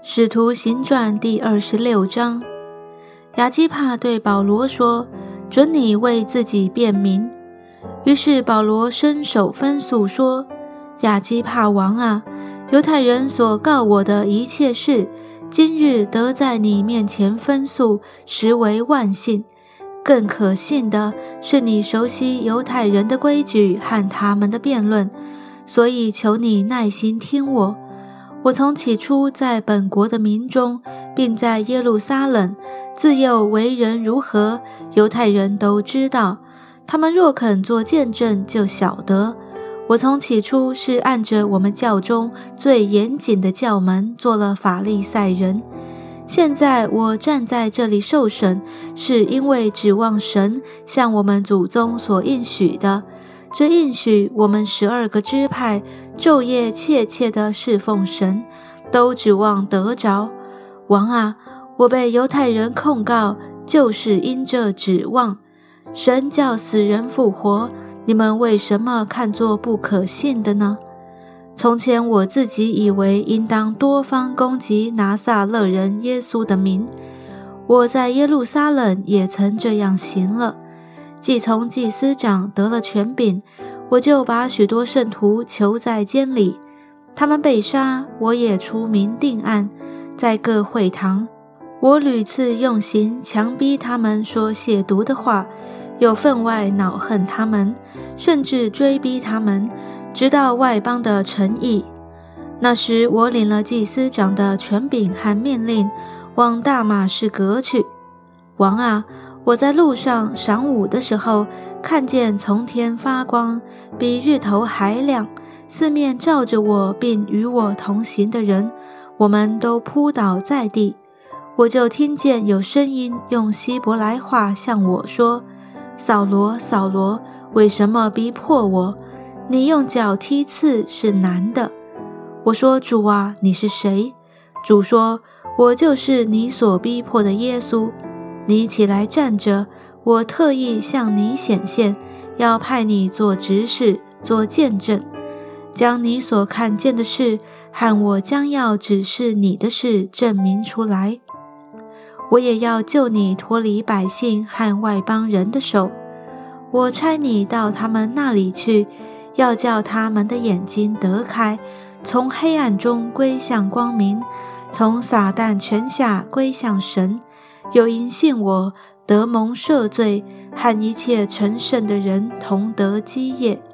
使徒行传第26章，亚基帕对保罗说：“准你为自己辩明。”于是保罗伸手分诉说：“亚基帕王啊，犹太人所告我的一切事，今日得在你面前分诉，实为万幸。更可信的是，你熟悉犹太人的规矩和他们的辩论，所以求你耐心听我。我从起初在本国的民中，并在耶路撒冷，自幼为人如何，犹太人都知道。他们若肯作见证，就晓得。我从起初是按着我们教中最严谨的教门做了法利赛人。现在我站在这里受审，是因为指望神向我们祖宗所应许的。这应许我们12个支派昼夜切切地侍奉神，都指望得着。王啊，我被犹太人控告，就是因这指望。神叫死人复活，你们为什么看作不可信的呢？从前我自己以为应当多方攻击拿撒勒人耶稣的名，我在耶路撒冷也曾这样行了。既从祭司长得了权柄，我就把许多圣徒囚在监里，他们被杀，我也出名定案，在各会堂，我屡次用刑强逼他们说亵渎的话，又分外恼恨他们，甚至追逼他们，直到外邦的城邑。那时我领了祭司长的权柄和命令，往大马士革去。王啊，我在路上晌午的时候，看见从天发光，比日头还亮，四面照着我并与我同行的人，我们都扑倒在地。我就听见有声音用希伯来话向我说：“扫罗，扫罗，为什么逼迫我？你用脚踢刺是难的。”我说：“主啊，你是谁？”主说：“我就是你所逼迫的耶稣。你起来站着，我特意向你显现，要派你做执事，做见证，将你所看见的事和我将要指示你的事证明出来。我也要救你脱离百姓和外邦人的手。我差你到他们那里去，要叫他们的眼睛得开，从黑暗中归向光明，从撒旦权下归向神。又因信我，得蒙赦罪，和一切成圣的人同得基业。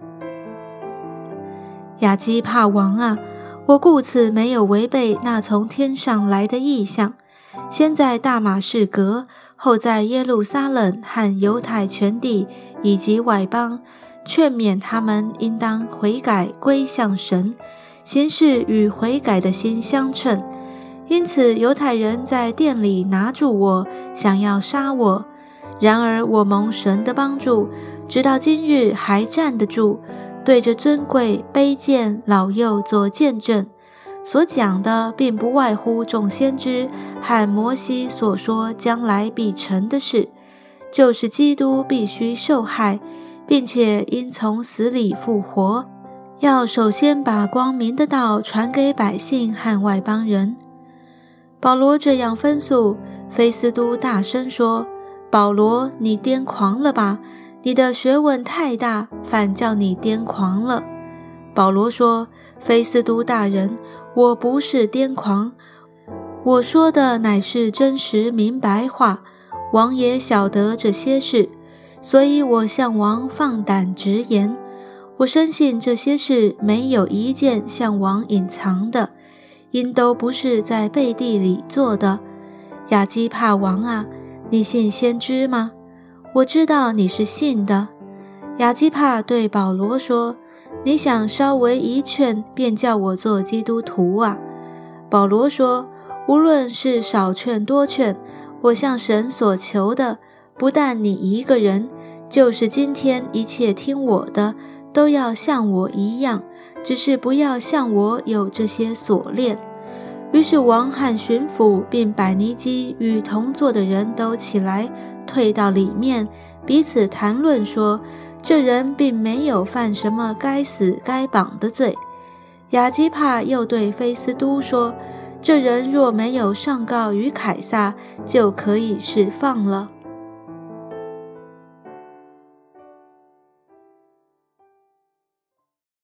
亚基帕王啊，我故此没有违背那从天上来的异象，先在大马士革，后在耶路撒冷和犹太全地以及外邦，劝勉他们应当悔改归向神，行事与悔改的心相称。因此犹太人在殿里拿住我，想要杀我。然而我蒙神的帮助，直到今日还站得住，对着尊贵、卑贱、老幼做见证。所讲的并不外乎众先知和摩西所说将来必成的事，就是基督必须受害，并且因从死里复活，要首先把光明的道传给百姓和外邦人。保罗这样分诉，菲斯都大声说：“保罗，你癫狂了吧？你的学问太大，反叫你癫狂了。”保罗说：“菲斯都大人，我不是癫狂，我说的乃是真实明白话。王也晓得这些事，所以我向王放胆直言。我深信这些事没有一件向王隐藏的，因都不是在背地里做的。亚基帕王啊，你信先知吗？我知道你是信的。”亚基帕对保罗说：“你想稍微一劝，便叫我做基督徒啊？”保罗说：“无论是少劝多劝，我向神所求的，不但你一个人，就是今天一切听我的，都要像我一样，只是不要像我有这些锁链。”于是王和巡抚并百尼基与同坐的人都起来，退到里面，彼此谈论说：“这人并没有犯什么该死该绑的罪。”亚基帕又对菲斯都说：“ 这人若没有上告于凯撒，就可以释放了。